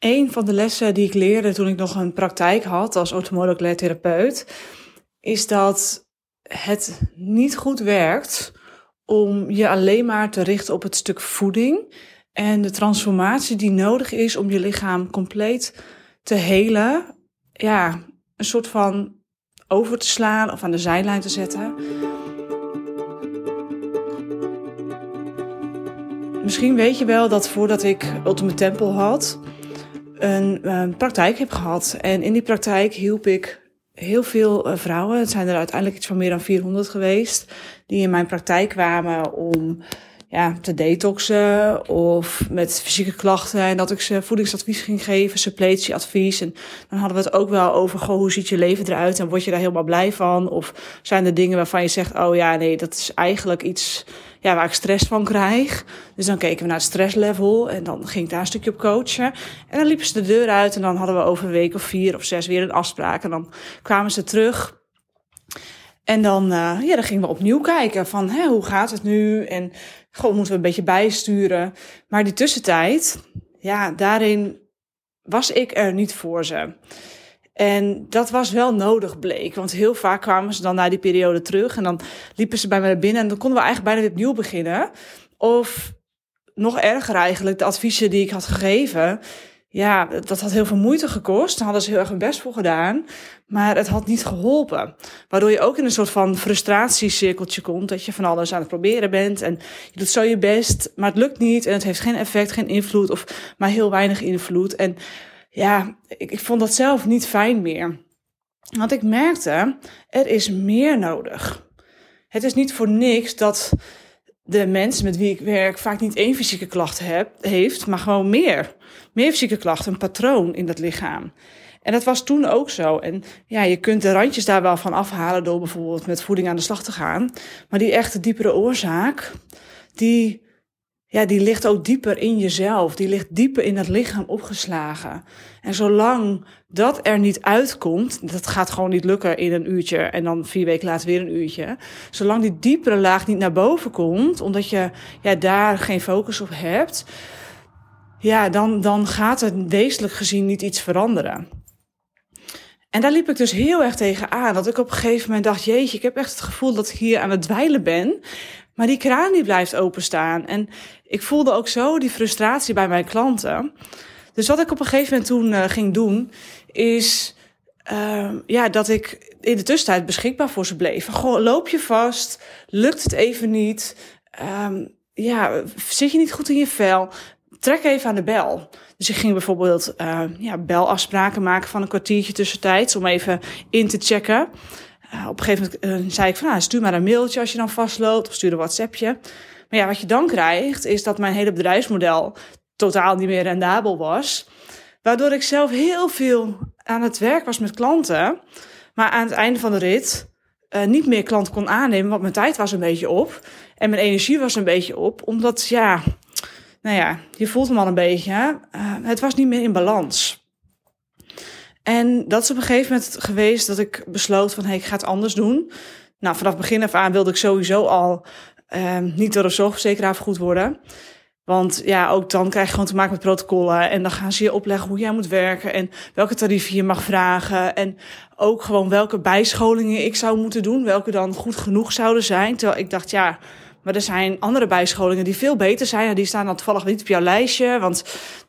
Een van de lessen die ik leerde toen ik nog een praktijk had als orthomoleculair therapeut, is dat het niet goed werkt om je alleen maar te richten op het stuk voeding en de transformatie die nodig is om je lichaam compleet te helen. Ja, een soort van over te slaan of aan de zijlijn te zetten. Misschien weet je wel dat voordat ik Ultimate Temple had, een praktijk heb gehad. En in die praktijk hielp ik heel veel vrouwen. Het zijn er uiteindelijk iets van meer dan 400 geweest, die in mijn praktijk kwamen om te detoxen of met fysieke klachten. En dat ik ze voedingsadvies ging geven, suppletieadvies. En dan hadden we het ook wel over, hoe ziet je leven eruit en word je daar helemaal blij van? Of zijn er dingen waarvan je zegt, dat is eigenlijk iets waar ik stress van krijg. Dus dan keken we naar het stresslevel en dan ging ik daar een stukje op coachen. En dan liepen ze de deur uit en dan hadden we over een week of 4 of 6 weer een afspraak. En dan kwamen ze terug. En dan gingen we opnieuw kijken van, hoe gaat het nu? En moeten we een beetje bijsturen. Maar die tussentijd, daarin was ik er niet voor ze. En dat was wel nodig, bleek. Want heel vaak kwamen ze dan na die periode terug. En dan liepen ze bij me naar binnen. En dan konden we eigenlijk bijna weer opnieuw beginnen. Of nog erger eigenlijk, de adviezen die ik had gegeven. Ja, dat had heel veel moeite gekost. Daar hadden ze heel erg hun best voor gedaan. Maar het had niet geholpen. Waardoor je ook in een soort van frustratiecirkeltje komt. Dat je van alles aan het proberen bent. En je doet zo je best, maar het lukt niet. En het heeft geen effect, geen invloed. Of maar heel weinig invloed. En ik vond dat zelf niet fijn meer. Want ik merkte, er is meer nodig. Het is niet voor niks dat de mensen met wie ik werk vaak niet 1 fysieke klacht heeft, maar gewoon meer. Meer fysieke klachten, een patroon in dat lichaam. En dat was toen ook zo. En je kunt de randjes daar wel van afhalen door bijvoorbeeld met voeding aan de slag te gaan. Maar die echte diepere oorzaak, die ligt ook dieper in jezelf. Die ligt dieper in het lichaam opgeslagen. En zolang dat er niet uitkomt, dat gaat gewoon niet lukken in een uurtje en dan 4 weken later weer een uurtje. Zolang die diepere laag niet naar boven komt, omdat je daar geen focus op hebt, dan gaat het wezenlijk gezien niet iets veranderen. En daar liep ik dus heel erg tegen aan. Dat ik op een gegeven moment dacht, jeetje, ik heb echt het gevoel dat ik hier aan het dweilen ben. Maar die kraan die blijft openstaan. En ik voelde ook zo die frustratie bij mijn klanten. Dus wat ik op een gegeven moment toen ging doen, is dat ik in de tussentijd beschikbaar voor ze bleef. Goh, loop je vast? Lukt het even niet? Zit je niet goed in je vel? Trek even aan de bel. Dus ik ging bijvoorbeeld belafspraken maken van een kwartiertje tussentijds om even in te checken. Op een gegeven moment zei ik van, stuur maar een mailtje als je dan vastloopt of stuur een WhatsAppje. Maar wat je dan krijgt is dat mijn hele bedrijfsmodel totaal niet meer rendabel was. Waardoor ik zelf heel veel aan het werk was met klanten. Maar aan het einde van de rit niet meer klanten kon aannemen, want mijn tijd was een beetje op. En mijn energie was een beetje op, omdat je voelt hem al een beetje. Het was niet meer in balans. En dat is op een gegeven moment geweest dat ik besloot van, ik ga het anders doen. Nou, vanaf begin af aan wilde ik sowieso al niet door een zorgverzekeraar vergoed worden. Want ook dan krijg je gewoon te maken met protocollen. En dan gaan ze je opleggen hoe jij moet werken en welke tarieven je mag vragen. En ook gewoon welke bijscholingen ik zou moeten doen. Welke dan goed genoeg zouden zijn. Terwijl ik dacht, maar er zijn andere bijscholingen die veel beter zijn. En die staan dan toevallig niet op jouw lijstje. Want,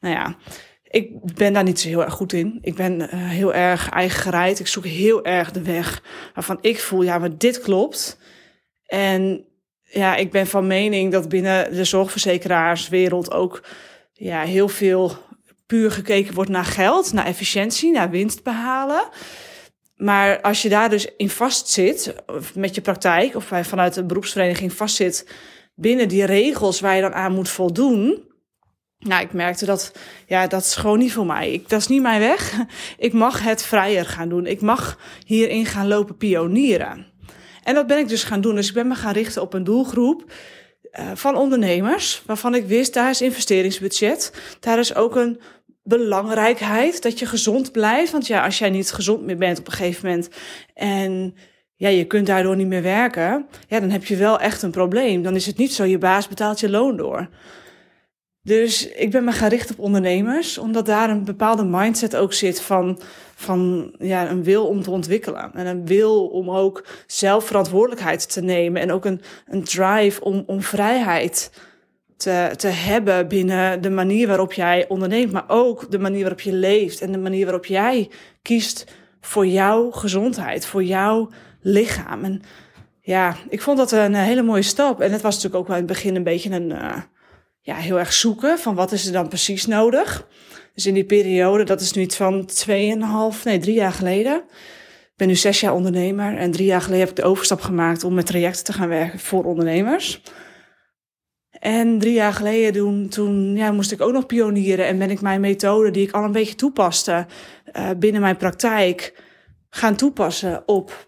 ik ben daar niet zo heel erg goed in. Ik ben heel erg eigen gereid. Ik zoek heel erg de weg waarvan ik voel, maar dit klopt. En ik ben van mening dat binnen de zorgverzekeraarswereld ook heel veel puur gekeken wordt naar geld, naar efficiëntie, naar winst behalen. Maar als je daar dus in vastzit, met je praktijk of vanuit een beroepsvereniging vastzit binnen die regels waar je dan aan moet voldoen. Ik merkte dat is gewoon niet voor mij. Dat is niet mijn weg. Ik mag het vrijer gaan doen. Ik mag hierin gaan lopen pionieren. En dat ben ik dus gaan doen. Dus ik ben me gaan richten op een doelgroep van ondernemers, waarvan ik wist, daar is investeringsbudget. Daar is ook een belangrijkheid dat je gezond blijft. Want als jij niet gezond meer bent op een gegeven moment en je kunt daardoor niet meer werken, dan heb je wel echt een probleem. Dan is het niet zo, je baas betaalt je loon door. Dus ik ben me gaan richten op ondernemers, omdat daar een bepaalde mindset ook zit van een wil om te ontwikkelen. En een wil om ook zelf verantwoordelijkheid te nemen. En ook een drive om vrijheid te hebben binnen de manier waarop jij onderneemt. Maar ook de manier waarop je leeft. En de manier waarop jij kiest voor jouw gezondheid, voor jouw lichaam. En ja, ik vond dat een hele mooie stap. En het was natuurlijk ook wel in het begin een beetje heel erg zoeken van wat is er dan precies nodig. Dus in die periode, dat is nu iets van 3 jaar geleden. Ik ben nu 6 jaar ondernemer en 3 jaar geleden heb ik de overstap gemaakt om met trajecten te gaan werken voor ondernemers. En 3 jaar geleden toen moest ik ook nog pionieren en ben ik mijn methode die ik al een beetje toepaste binnen mijn praktijk gaan toepassen op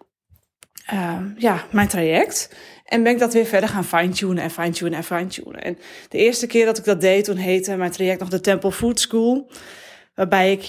mijn traject. En ben ik dat weer verder gaan fine-tunen. En de eerste keer dat ik dat deed, toen heette mijn traject nog de Temple Food School. Waarbij ik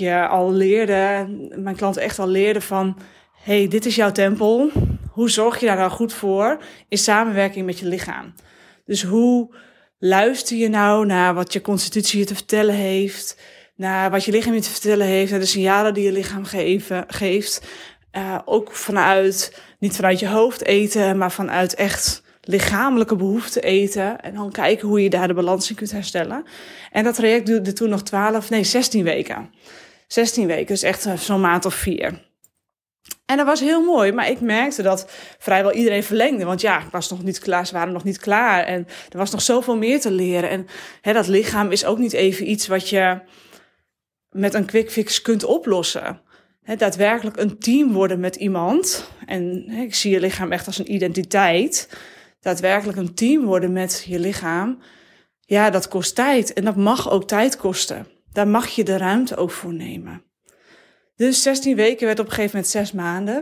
mijn klanten echt al leerde van, hey, dit is jouw tempel. Hoe zorg je daar nou goed voor in samenwerking met je lichaam? Dus hoe luister je nou naar wat je constitutie je te vertellen heeft, naar wat je lichaam je te vertellen heeft, naar de signalen die je lichaam geeft. Ook niet vanuit je hoofd eten, maar vanuit echt lichamelijke behoeften eten. En dan kijken hoe je daar de balans in kunt herstellen. En dat traject duurde toen nog 16 weken. 16 weken, dus echt zo'n maand of 4. En dat was heel mooi, maar ik merkte dat vrijwel iedereen verlengde. Want ja, ik was nog niet klaar, ze waren nog niet klaar. En er was nog zoveel meer te leren. En dat lichaam is ook niet even iets wat je met een quick fix kunt oplossen. Daadwerkelijk een team worden met iemand. En ik zie je lichaam echt als een identiteit. Daadwerkelijk een team worden met je lichaam. Ja, dat kost tijd. En dat mag ook tijd kosten. Daar mag je de ruimte ook voor nemen. Dus 16 weken werd op een gegeven moment 6 maanden.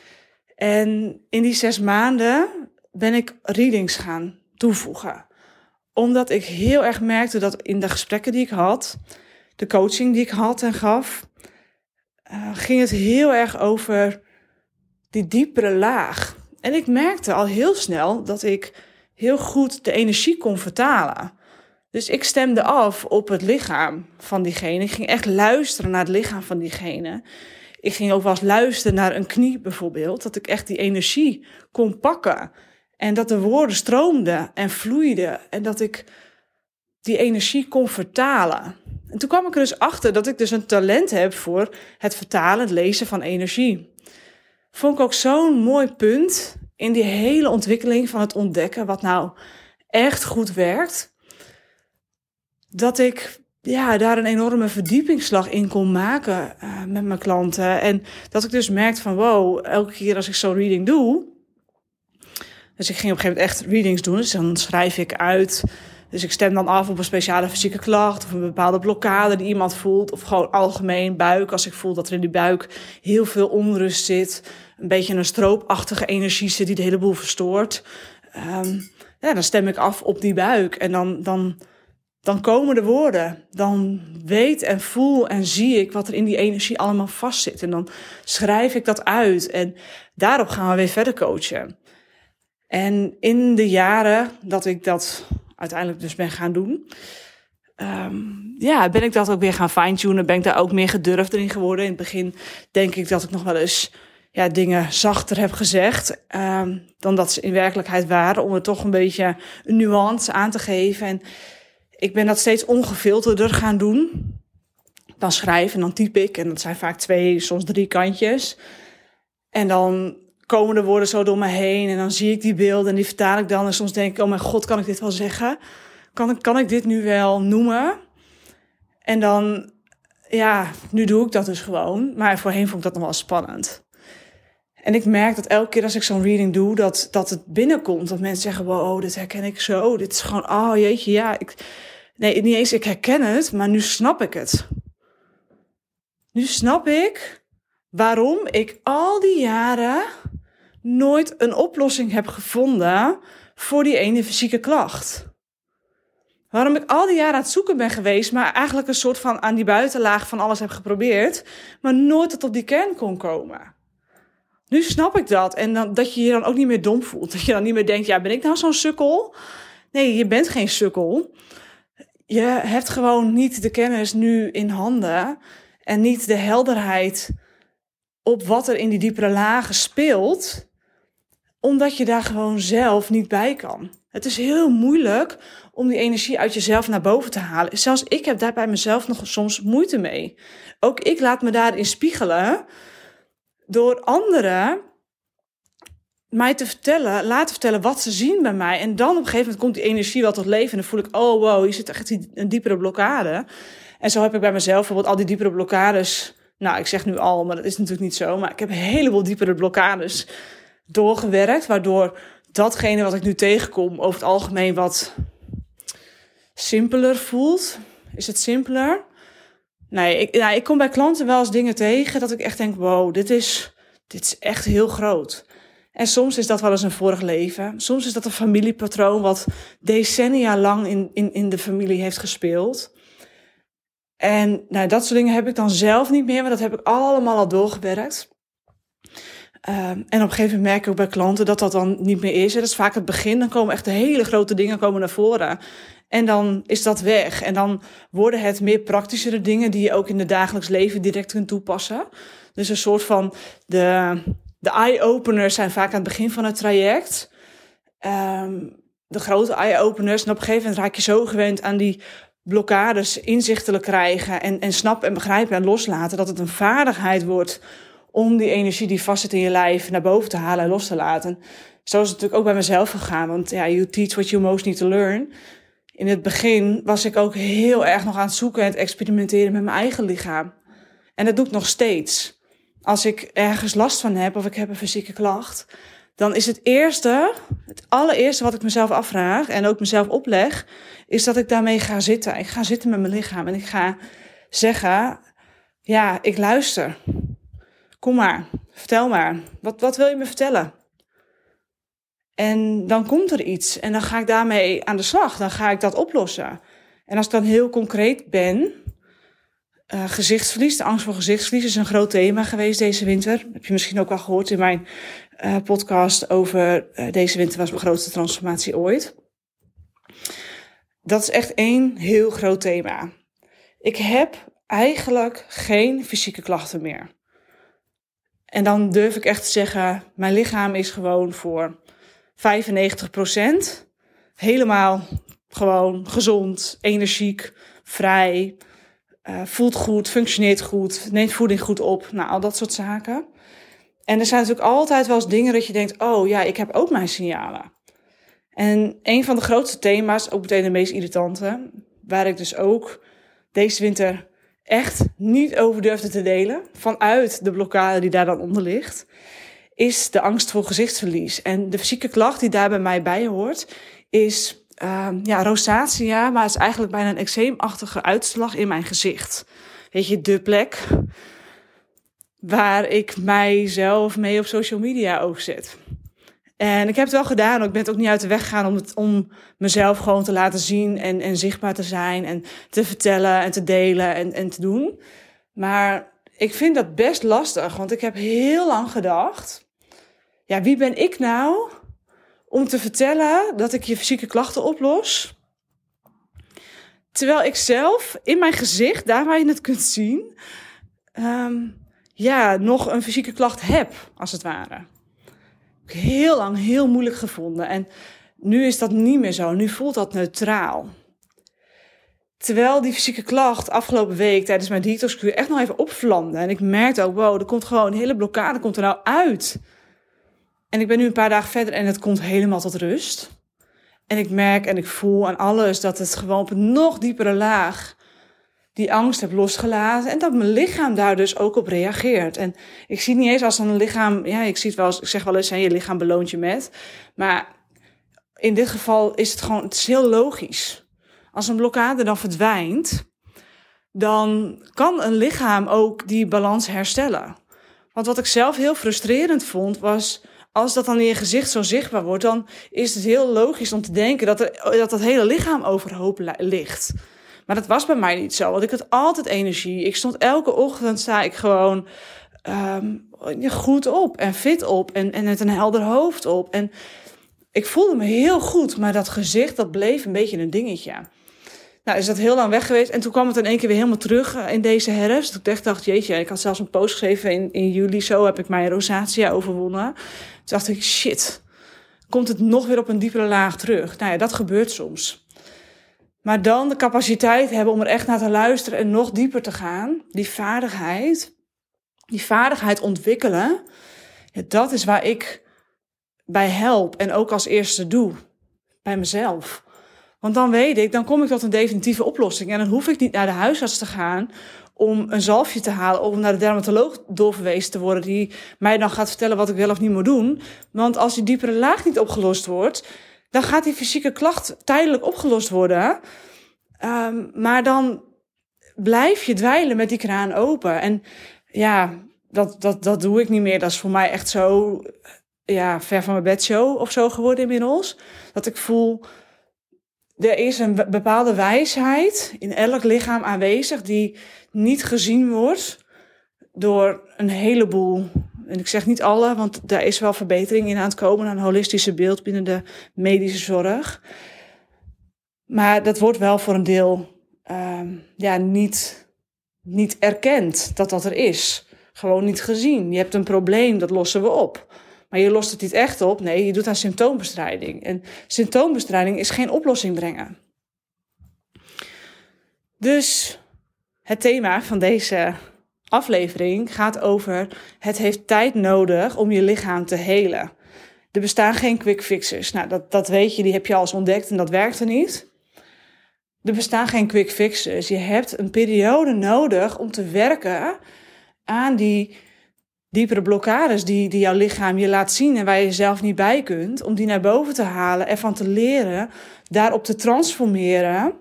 En in die 6 maanden ben ik readings gaan toevoegen. Omdat ik heel erg merkte dat in de gesprekken die ik had, de coaching die ik had en gaf, ging het heel erg over die diepere laag. En ik merkte al heel snel dat ik heel goed de energie kon vertalen. Dus ik stemde af op het lichaam van diegene. Ik ging echt luisteren naar het lichaam van diegene. Ik ging ook wel eens luisteren naar een knie bijvoorbeeld. Dat ik echt die energie kon pakken. En dat de woorden stroomden en vloeiden. En dat ik die energie kon vertalen. En toen kwam ik er dus achter dat ik dus een talent heb voor het vertalen, het lezen van energie. Vond ik ook zo'n mooi punt in die hele ontwikkeling van het ontdekken wat nou echt goed werkt. Dat ik daar een enorme verdiepingsslag in kon maken met mijn klanten. En dat ik dus merkte van wow, elke keer als ik zo'n reading doe. Dus ik ging op een gegeven moment echt readings doen. Dus dan schrijf ik uit. Dus ik stem dan af op een speciale fysieke klacht of een bepaalde blokkade die iemand voelt. Of gewoon algemeen buik. Als ik voel dat er in die buik heel veel onrust zit. Een beetje een stroopachtige energie zit die de hele boel verstoort. Dan stem ik af op die buik. En dan komen de woorden. Dan weet en voel en zie ik wat er in die energie allemaal vastzit. En dan schrijf ik dat uit. En daarop gaan we weer verder coachen. En in de jaren dat ik dat uiteindelijk dus ben gaan doen, ben ik dat ook weer gaan fine-tunen. Ben ik daar ook meer gedurfder in geworden. In het begin denk ik dat ik nog wel eens dingen zachter heb gezegd dan dat ze in werkelijkheid waren. Om er toch een beetje een nuance aan te geven. En ik ben dat steeds ongefilterder gaan doen. Dan schrijf en dan typ ik. En dat zijn vaak 2, soms 3 kantjes. En dan komen de woorden zo door me heen. En dan zie ik die beelden en die vertaal ik dan. En soms denk ik, oh mijn god, kan ik dit wel zeggen? Kan ik dit nu wel noemen? En dan, nu doe ik dat dus gewoon. Maar voorheen vond ik dat nog wel spannend. En ik merk dat elke keer als ik zo'n reading doe, dat het binnenkomt. Dat mensen zeggen, wow, dit herken ik zo. Dit is gewoon, oh jeetje, ja. Nee, niet eens ik herken het, maar nu snap ik het. Nu snap ik waarom ik al die jaren nooit een oplossing heb gevonden voor die ene fysieke klacht. Waarom ik al die jaren aan het zoeken ben geweest, maar eigenlijk een soort van aan die buitenlaag van alles heb geprobeerd, maar nooit tot op die kern kon komen. Nu snap ik dat. En dat je je dan ook niet meer dom voelt. Dat je dan niet meer denkt, ben ik nou zo'n sukkel? Nee, je bent geen sukkel. je hebt gewoon niet de kennis nu in handen en niet de helderheid op wat er in die diepere lagen speelt, omdat je daar gewoon zelf niet bij kan. Het is heel moeilijk om die energie uit jezelf naar boven te halen. Zelfs ik heb daar bij mezelf nog soms moeite mee. Ook ik laat me daarin spiegelen door anderen mij laten vertellen wat ze zien bij mij. En dan op een gegeven moment komt die energie wel tot leven. En dan voel ik, oh wow, hier zit echt een diepere blokkade. En zo heb ik bij mezelf bijvoorbeeld al die diepere blokkades. Nou, ik zeg nu al, maar dat is natuurlijk niet zo. Maar ik heb een heleboel diepere blokkades doorgewerkt. Waardoor datgene wat ik nu tegenkom over het algemeen wat simpeler voelt. Is het simpeler? Nee, ik kom bij klanten wel eens dingen tegen dat ik echt denk, wow, dit is echt heel groot. En soms is dat wel eens een vorig leven. Soms is dat een familiepatroon wat decennia lang in de familie heeft gespeeld. En dat soort dingen heb ik dan zelf niet meer, maar dat heb ik allemaal al doorgewerkt. En op een gegeven moment merk ik ook bij klanten dat dat dan niet meer is. Dat is vaak het begin, dan komen echt de hele grote dingen naar voren. En dan is dat weg. En dan worden het meer praktischere dingen die je ook in het dagelijks leven direct kunt toepassen. Dus een soort van de eye-openers zijn vaak aan het begin van het traject. De grote eye-openers. En op een gegeven moment raak je zo gewend aan die blokkades inzichtelijk krijgen. En snappen en begrijpen en loslaten. Dat het een vaardigheid wordt om die energie die vastzit in je lijf naar boven te halen en los te laten. Zo is het natuurlijk ook bij mezelf gegaan. Want you teach what you most need to learn. In het begin was ik ook heel erg nog aan het zoeken en het experimenteren met mijn eigen lichaam. En dat doe ik nog steeds. Als ik ergens last van heb of ik heb een fysieke klacht, dan is het allereerste wat ik mezelf afvraag en ook mezelf opleg, is dat ik daarmee ga zitten. Ik ga zitten met mijn lichaam en ik ga zeggen, ja, ik luister. Kom maar, vertel maar. Wat wil je me vertellen? En dan komt er iets en dan ga ik daarmee aan de slag. Dan ga ik dat oplossen. En als ik dan heel concreet ben, gezichtsverlies, de angst voor gezichtsverlies is een groot thema geweest deze winter. Heb je misschien ook wel gehoord in mijn podcast over deze winter was mijn grootste transformatie ooit. Dat is echt één heel groot thema. Ik heb eigenlijk geen fysieke klachten meer. En dan durf ik echt te zeggen, mijn lichaam is gewoon voor 95% helemaal gewoon gezond, energiek, vrij, voelt goed, functioneert goed, neemt voeding goed op. Nou, al dat soort zaken. En er zijn natuurlijk altijd wel eens dingen dat je denkt, oh ja, ik heb ook mijn signalen. En een van de grootste thema's, ook meteen de meest irritante, waar ik dus ook deze winter echt niet over durfde te delen, vanuit de blokkade die daar dan onder ligt, is de angst voor gezichtsverlies. En de fysieke klacht die daar bij mij bij hoort, is rosacea, maar het is eigenlijk bijna een eczeemachtige uitslag in mijn gezicht. Weet je, de plek waar ik mijzelf mee op social media ook zet. En ik heb het wel gedaan, ik ben het ook niet uit de weg gegaan om mezelf gewoon te laten zien en zichtbaar te zijn en te vertellen en te delen en te doen. Maar ik vind dat best lastig, want ik heb heel lang gedacht, ja, wie ben ik nou om te vertellen dat ik je fysieke klachten oplos? Terwijl ik zelf in mijn gezicht, daar waar je het kunt zien, nog een fysieke klacht heb, als het ware. Heel lang heel moeilijk gevonden. En nu is dat niet meer zo. Nu voelt dat neutraal. Terwijl die fysieke klacht afgelopen week tijdens mijn detoxkuur echt nog even opvlamde. En ik merkte ook, wow, er komt gewoon een hele blokkade komt er nou uit. En ik ben nu een paar dagen verder en het komt helemaal tot rust. En ik merk en ik voel aan alles dat het gewoon op een nog diepere laag die angst heb losgelaten. En dat mijn lichaam daar dus ook op reageert. En ik zie het niet eens als een lichaam, ik zeg wel eens, je lichaam beloont je met. Maar in dit geval is het is heel logisch. Als een blokkade dan verdwijnt, dan kan een lichaam ook die balans herstellen. Want wat ik zelf heel frustrerend vond, was als dat dan in je gezicht zo zichtbaar wordt, dan is het heel logisch om te denken dat hele lichaam overhoop ligt. Maar dat was bij mij niet zo, want ik had altijd energie. Ik stond elke ochtend, sta ik gewoon goed op en fit op en met een helder hoofd op. En ik voelde me heel goed, maar dat gezicht, dat bleef een beetje een dingetje. Nou, is dat heel lang weg geweest. En toen kwam het in één keer weer helemaal terug in deze herfst. Dat ik echt dacht, jeetje, ik had zelfs een post geschreven in juli. Zo heb ik mijn rosacea overwonnen. Toen dacht ik, shit, komt het nog weer op een diepere laag terug? Nou ja, dat gebeurt soms. Maar dan de capaciteit hebben om er echt naar te luisteren en nog dieper te gaan. Die vaardigheid ontwikkelen. Ja, dat is waar ik bij help en ook als eerste doe. Bij mezelf. Want dan weet ik, dan kom ik tot een definitieve oplossing. En dan hoef ik niet naar de huisarts te gaan om een zalfje te halen of om naar de dermatoloog doorverwezen te worden die mij dan gaat vertellen wat ik wel of niet moet doen. Want als die diepere laag niet opgelost wordt, dan gaat die fysieke klacht tijdelijk opgelost worden. Maar dan blijf je dweilen met die kraan open. En ja, dat doe ik niet meer. Dat is voor mij echt zo ver van mijn bedshow of zo geworden inmiddels. Dat ik voel, er is een bepaalde wijsheid in elk lichaam aanwezig die niet gezien wordt door een heleboel. En ik zeg niet alle, want daar is wel verbetering in aan het komen, een holistische beeld binnen de medische zorg. Maar dat wordt wel voor een deel niet erkend dat er is. Gewoon niet gezien. Je hebt een probleem, dat lossen we op. Maar je lost het niet echt op. Nee, je doet aan symptoombestrijding. En symptoombestrijding is geen oplossing brengen. Dus het thema van deze aflevering gaat over: het heeft tijd nodig om je lichaam te helen. Er bestaan geen quick fixes. Nou, dat weet je, die heb je al eens ontdekt en dat werkte niet. Er bestaan geen quick fixes. Je hebt een periode nodig om te werken aan die diepere blokkades die jouw lichaam je laat zien en waar je zelf niet bij kunt, om die naar boven te halen, ervan te leren, daarop te transformeren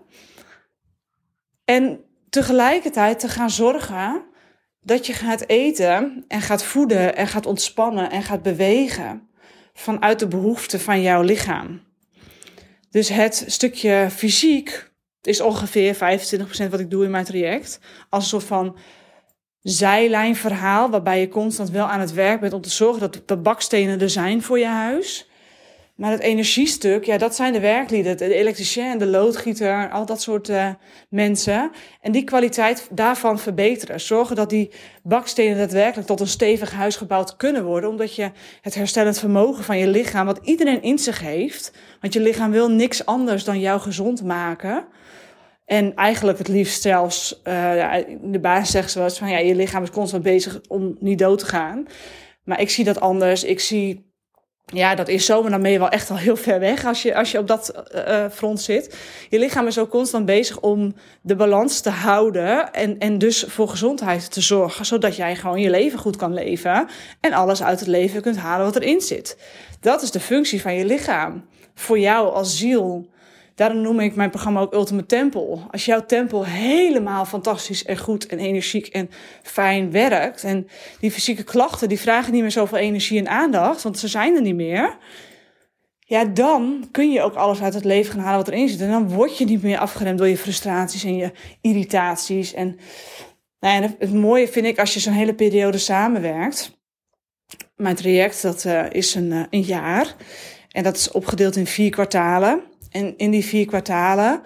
en tegelijkertijd te gaan zorgen dat je gaat eten en gaat voeden en gaat ontspannen en gaat bewegen vanuit de behoeften van jouw lichaam. Dus het stukje fysiek is ongeveer 25% wat ik doe in mijn traject, als een soort van zijlijnverhaal, waarbij je constant wel aan het werk bent om te zorgen dat de bakstenen er zijn voor je huis. Maar het energiestuk, ja, dat zijn de werklieden, de elektricien, de loodgieter, al dat soort mensen. En die kwaliteit daarvan verbeteren. Zorgen dat die bakstenen daadwerkelijk tot een stevig huis gebouwd kunnen worden. Omdat je het herstellend vermogen van je lichaam, wat iedereen in zich heeft. Want je lichaam wil niks anders dan jou gezond maken. En eigenlijk het liefst zelfs, de basis zegt ze wel eens van, ja, je lichaam is constant bezig om niet dood te gaan. Maar ik zie dat anders. Ik zie, ja, dat is zo, maar dan ben je wel echt al heel ver weg als je op dat front zit. Je lichaam is ook constant bezig om de balans te houden en dus voor gezondheid te zorgen, zodat jij gewoon je leven goed kan leven en alles uit het leven kunt halen wat erin zit. Dat is de functie van je lichaam. Voor jou als ziel. Daarom noem ik mijn programma ook Ultimate Tempel. Als jouw tempel helemaal fantastisch en goed en energiek en fijn werkt, en die fysieke klachten die vragen niet meer zoveel energie en aandacht, want ze zijn er niet meer, ja, dan kun je ook alles uit het leven gaan halen wat erin zit. En dan word je niet meer afgeremd door je frustraties en je irritaties. En het mooie vind ik als je zo'n hele periode samenwerkt. Mijn traject, dat is een jaar. En dat is opgedeeld in 4 kwartalen. En in die 4 kwartalen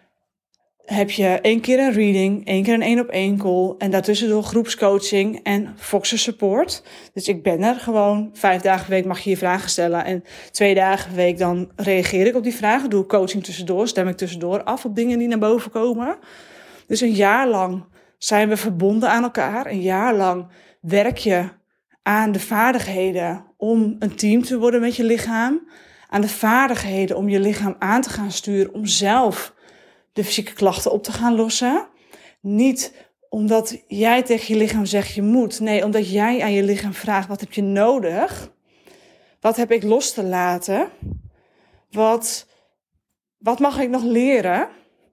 heb je 1 keer een reading, 1 keer een 1-op-1 call en daartussendoor groepscoaching en Voxer support. Dus ik ben er gewoon 5 dagen per week, mag je vragen stellen. En 2 dagen per week dan reageer ik op die vragen, doe ik coaching tussendoor, stem ik tussendoor af op dingen die naar boven komen. Dus een jaar lang zijn we verbonden aan elkaar. Een jaar lang werk je aan de vaardigheden om een team te worden met je lichaam. Aan de vaardigheden om je lichaam aan te gaan sturen, om zelf de fysieke klachten op te gaan lossen. Niet omdat jij tegen je lichaam zegt je moet. Nee, omdat jij aan je lichaam vraagt, wat heb je nodig? Wat heb ik los te laten? Wat mag ik nog leren?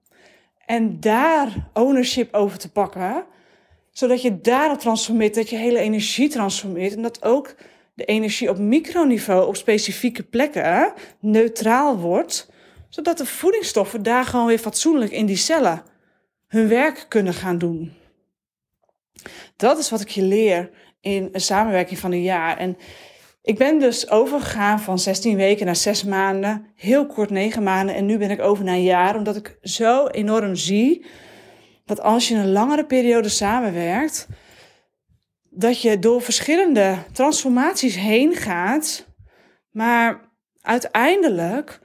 En daar ownership over te pakken, zodat je daarop transformeert, dat je hele energie transformeert en dat ook de energie op microniveau op specifieke plekken neutraal wordt, zodat de voedingsstoffen daar gewoon weer fatsoenlijk in die cellen hun werk kunnen gaan doen. Dat is wat ik je leer in een samenwerking van een jaar. En Ik ben dus overgegaan van 16 weken naar 6 maanden. Heel kort 9 maanden. En nu ben ik over naar een jaar. Omdat ik zo enorm zie dat als je een langere periode samenwerkt, dat je door verschillende transformaties heen gaat. Maar uiteindelijk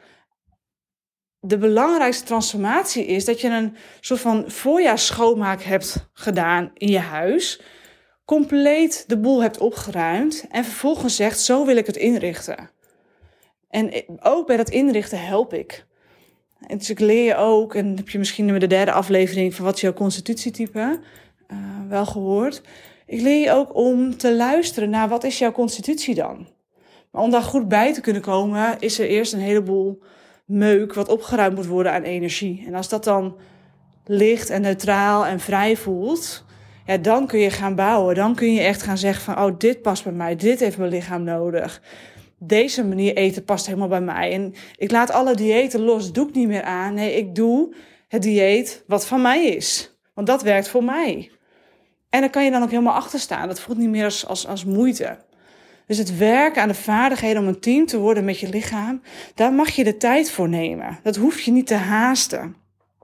de belangrijkste transformatie is dat je een soort van voorjaarsschoonmaak hebt gedaan in je huis. Compleet de boel hebt opgeruimd en vervolgens zegt, zo wil ik het inrichten. En ook bij dat inrichten help ik. En dus ik leer je ook, en dan heb je misschien in de 3e aflevering van wat is jouw constitutietype wel gehoord. Ik leer je ook om te luisteren naar wat is jouw constitutie dan. Maar om daar goed bij te kunnen komen is er eerst een heleboel meuk wat opgeruimd moet worden aan energie. En als dat dan licht en neutraal en vrij voelt, ja, dan kun je gaan bouwen. Dan kun je echt gaan zeggen van, oh, dit past bij mij, dit heeft mijn lichaam nodig. Deze manier eten past helemaal bij mij. En ik laat alle diëten los, dat doe ik niet meer aan. Nee, ik doe het dieet wat van mij is. Want dat werkt voor mij. En daar kan je dan ook helemaal achter staan. Dat voelt niet meer als moeite. Dus het werken aan de vaardigheden om een team te worden met je lichaam, daar mag je de tijd voor nemen. Dat hoef je niet te haasten.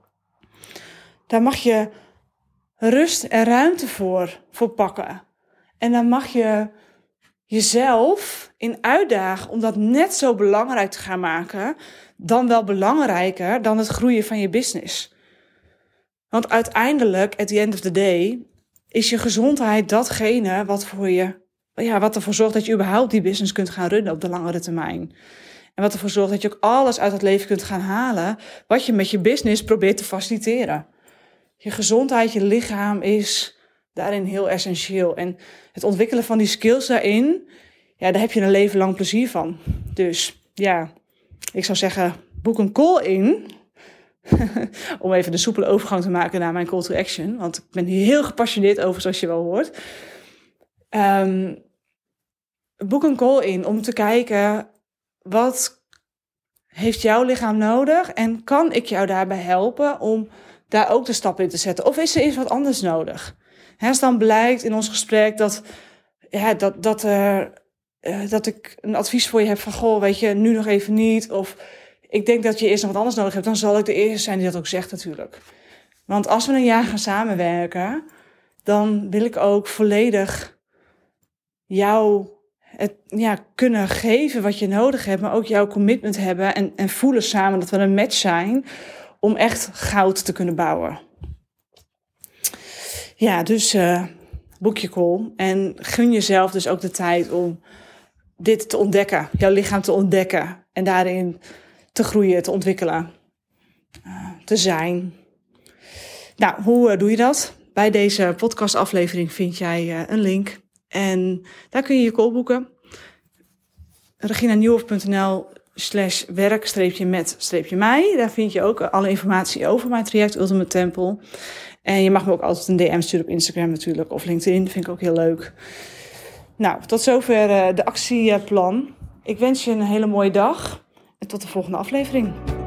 Daar mag je rust en ruimte voor pakken. En dan mag je jezelf in uitdagen om dat net zo belangrijk te gaan maken, dan wel belangrijker dan het groeien van je business. Want uiteindelijk, at the end of the day, is je gezondheid datgene wat ervoor zorgt dat je überhaupt die business kunt gaan runnen op de langere termijn. En wat ervoor zorgt dat je ook alles uit het leven kunt gaan halen wat je met je business probeert te faciliteren. Je gezondheid, je lichaam is daarin heel essentieel. En het ontwikkelen van die skills daarin, ja, daar heb je een leven lang plezier van. Dus ja, ik zou zeggen, boek een call in. Om even de soepele overgang te maken naar mijn call to action. Want ik ben hier heel gepassioneerd over, zoals je wel hoort. Boek een call in om te kijken, wat heeft jouw lichaam nodig? En kan ik jou daarbij helpen om daar ook de stap in te zetten? Of is er iets wat anders nodig? Als dan blijkt in ons gesprek dat ik een advies voor je heb van, goh, weet je, nu nog even niet. Of ik denk dat je eerst nog wat anders nodig hebt. Dan zal ik de eerste zijn die dat ook zegt natuurlijk. Want als we een jaar gaan samenwerken, dan wil ik ook volledig jou kunnen geven wat je nodig hebt. Maar ook jouw commitment hebben en voelen samen dat we een match zijn om echt goud te kunnen bouwen. Ja, dus boek je call. En gun jezelf dus ook de tijd om dit te ontdekken. Jouw lichaam te ontdekken. En daarin te groeien, te ontwikkelen. Te zijn. Nou, hoe doe je dat? Bij deze podcastaflevering vind jij een link. En daar kun je je call boeken. reginanieuwhof.nl/werk-met-mij. Daar vind je ook alle informatie over mijn traject Ultimate Temple. En je mag me ook altijd een DM sturen op Instagram natuurlijk. Of LinkedIn, vind ik ook heel leuk. Nou, tot zover de actieplan. Ik wens je een hele mooie dag. En tot de volgende aflevering.